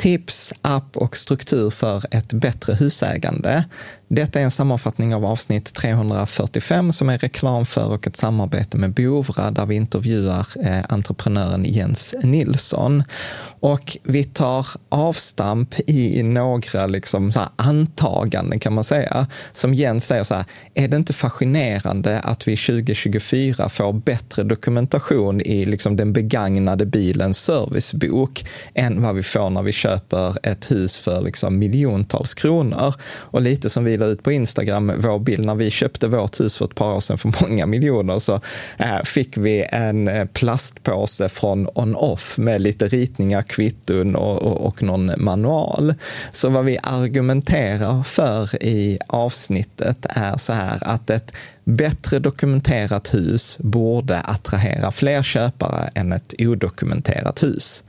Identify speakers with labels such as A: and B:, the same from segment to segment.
A: Tips, app och struktur för ett bättre husägande. Detta är en sammanfattning av avsnitt 345 som är reklam för och ett samarbete med Bovra där vi intervjuar entreprenören Jens Nilsson. Och vi tar avstamp i några liksom så här antaganden kan man säga. Som Jens säger så här, är det inte fascinerande att vi 2024 får bättre dokumentation i liksom den begagnade bilens servicebok än vad vi får när vi köper ett hus för liksom miljontals kronor? Och lite som vi la ut på Instagram, vår bild när vi köpte vårt hus för ett par år sedan för många miljoner så fick vi en plastpåse från On-Off med lite ritningar, kvitton och någon manual. Så vad vi argumenterar för i avsnittet är så här att ett bättre dokumenterat hus borde attrahera fler köpare än ett odokumenterat hus.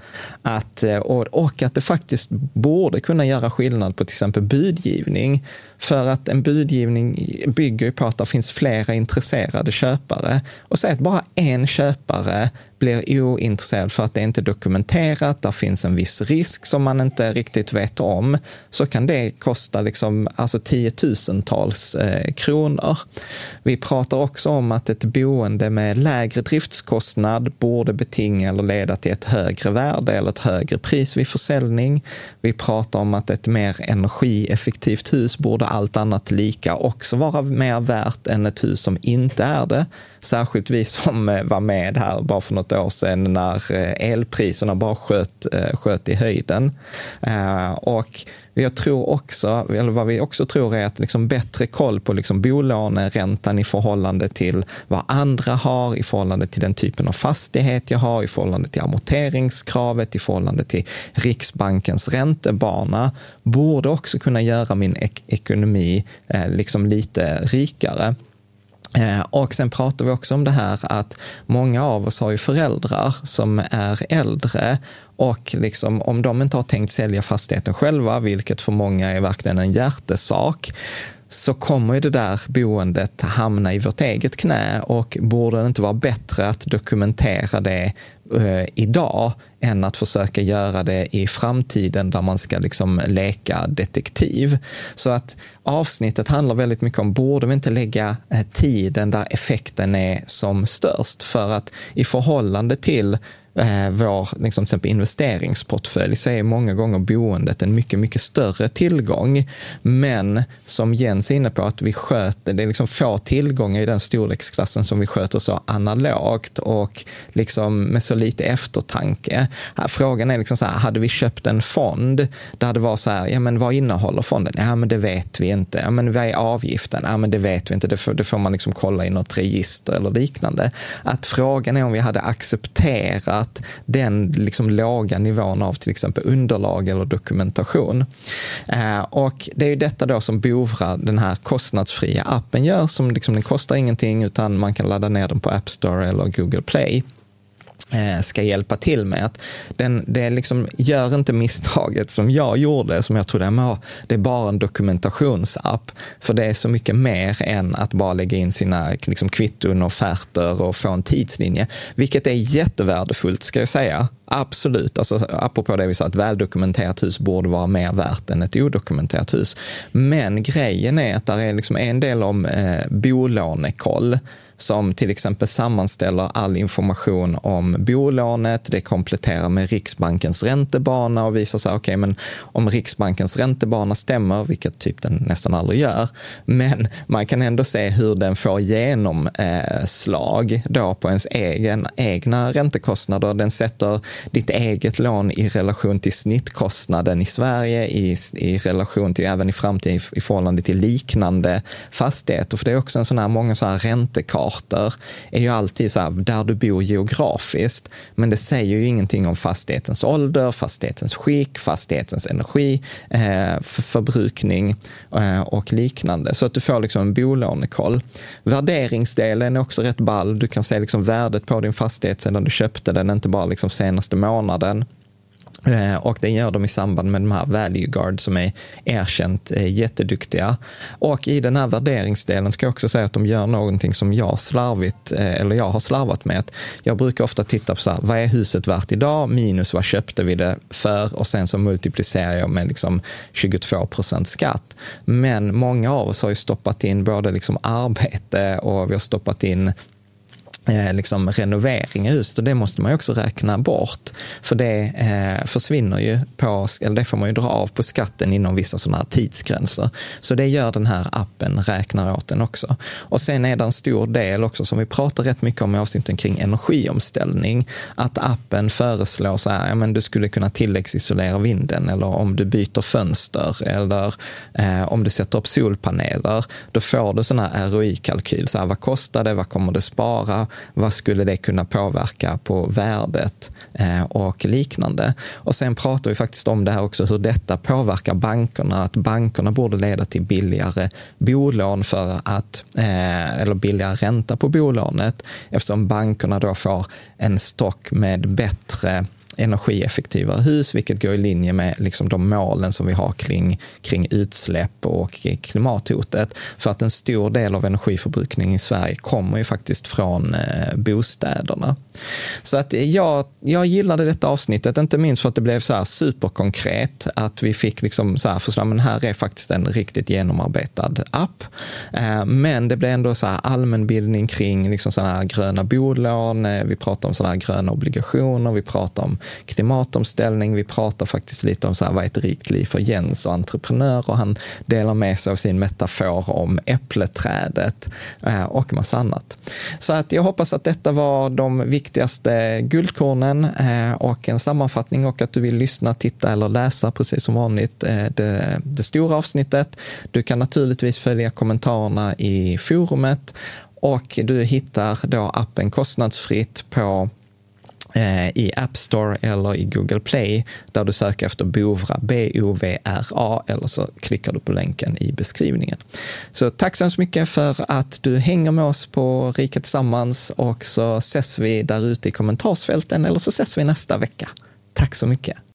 A: Och att det faktiskt borde kunna göra skillnad på till exempel budgivning. För att en budgivning bygger på att det finns flera intresserade köpare. Och så att bara en köpare blir ointresserad för att det inte är dokumenterat, där finns en viss risk som man inte riktigt vet om, så kan det kosta liksom, alltså 10,000-tals kronor. Vi pratar också om att ett boende med lägre driftskostnad borde betinga eller leda till ett högre värde eller ett högre pris vid försäljning. Vi pratar om att ett mer energieffektivt hus borde allt annat lika också vara mer värt än ett hus som inte är det. Särskilt vi som var med här bara för något år sedan när elpriserna bara sköt i höjden. Och jag tror också, eller vad vi också tror är att liksom bättre koll på liksom bolåneräntan i förhållande till vad andra har, i förhållande till den typen av fastighet jag har, i förhållande till amorteringskravet, i förhållande till Riksbankens räntebana, borde också kunna göra min ekonomi liksom lite rikare. Och sen pratar vi också om det här att många av oss har ju föräldrar som är äldre och liksom, om de inte har tänkt sälja fastigheten själva, vilket för många är verkligen en hjärtesak, så kommer ju det där boendet hamna i vårt eget knä och borde det inte vara bättre att dokumentera det idag än att försöka göra det i framtiden där man ska liksom leka detektiv. Så att avsnittet handlar väldigt mycket om, borde vi inte lägga tiden där effekten är som störst, för att i förhållande till vår liksom, till exempel investeringsportfölj så är många gånger boendet en mycket, mycket större tillgång. Men som Jens är inne på, att vi sköter, det är liksom få tillgångar i den storleksklassen som vi sköter så analogt och liksom med så lite eftertanke. Frågan är liksom så här, hade vi köpt en fond där det var så här, ja men vad innehåller fonden? Ja men det vet vi inte. Ja men vad är avgiften? Ja men det vet vi inte. Det får man liksom kolla i något register eller liknande. Att frågan är om vi hade accepterat den liksom låga nivån av till exempel underlag eller dokumentation. Och det är ju detta då som Bovra, den här kostnadsfria appen, gör, som liksom, den kostar ingenting utan man kan ladda ner den på App Store eller Google Play. Ska hjälpa till med att det liksom gör inte misstaget som jag gjorde, som jag trodde det är bara en dokumentationsapp, för det är så mycket mer än att bara lägga in sina liksom kvitton och offerter och få en tidslinje, vilket är jättevärdefullt ska jag säga. Absolut, alltså apropå det vi sa att väldokumenterat hus borde vara mer värt än ett odokumenterat hus. Men grejen är att det är liksom en del om bolånekoll som till exempel sammanställer all information om bolånet, det kompletterar med Riksbankens räntebana och visar så okej, men om Riksbankens räntebana stämmer, vilket typ den nästan aldrig gör, men man kan ändå se hur den får genomslag då på ens egna räntekostnader. Den sätter ditt eget lån i relation till snittkostnaden i Sverige, i relation till även i framtiden i förhållande till liknande fastigheter. För det är också en sån här, många så här räntekartor är ju alltid så här, där du bor geografiskt, men det säger ju ingenting om fastighetens ålder, fastighetens skick, fastighetens energiförbrukning och liknande. Så att du får liksom en bolånekoll. Värderingsdelen är också rätt ball. Du kan se liksom värdet på din fastighet sedan du köpte den, inte bara liksom senaste månaden. Och det gör de i samband med de här Value Guard som är erkänt jätteduktiga. Och i den här värderingsdelen ska jag också säga att de gör någonting som jag har slarvat med. Jag brukar ofta titta på så här, vad är huset värt idag minus vad köpte vi det för, och sen så multiplicerar jag med liksom 22% skatt. Men många av oss har ju stoppat in både liksom arbete och vi har stoppat in liksom renovering i huset, och det måste man ju också räkna bort, för det försvinner ju eller det får man ju dra av på skatten inom vissa sådana här tidsgränser. Så det gör den här appen, räknar åt den också. Och sen är det en stor del också som vi pratar rätt mycket om i avsnitten kring energiomställning, att appen föreslår så här, ja, men du skulle kunna tilläggsisolera vinden, eller om du byter fönster, eller om du sätter upp solpaneler, då får du sådana här ROI-kalkyl, så här, vad kostar det, vad kommer det spara, vad skulle det kunna påverka på värdet och liknande. Och sen pratar vi faktiskt om det här också, hur detta påverkar bankerna, att bankerna borde leda till billigare bolån eller billigare ränta på bolånet, eftersom bankerna då får en stock med bättre energieffektivare hus, vilket går i linje med liksom de målen som vi har kring utsläpp och klimathotet. För att en stor del av energiförbrukningen i Sverige kommer ju faktiskt från bostäderna. Så att jag gillade detta avsnittet, inte minst för att det blev så här superkonkret, att vi fick liksom så här förslag, men här är faktiskt en riktigt genomarbetad app. Men det blev ändå så här allmänbildning kring liksom sådana här gröna bolån, vi pratar om sådana här gröna obligationer, vi pratar om klimatomställning, vi pratar faktiskt lite om så här, vad är ett rikt liv för Jens och entreprenör, och han delar med sig av sin metafor om äppleträdet och massa annat. Så att jag hoppas att detta var de viktigaste guldkornen och en sammanfattning, och att du vill lyssna, titta eller läsa precis som vanligt det stora avsnittet. Du kan naturligtvis följa kommentarerna i forumet, och du hittar då appen kostnadsfritt i App Store eller i Google Play, där du söker efter Bovra, BOVRA, eller så klickar du på länken i beskrivningen. Så tack så mycket för att du hänger med oss på Rika Tillsammans, och så ses vi där ute i kommentarsfälten, eller så ses vi nästa vecka. Tack så mycket.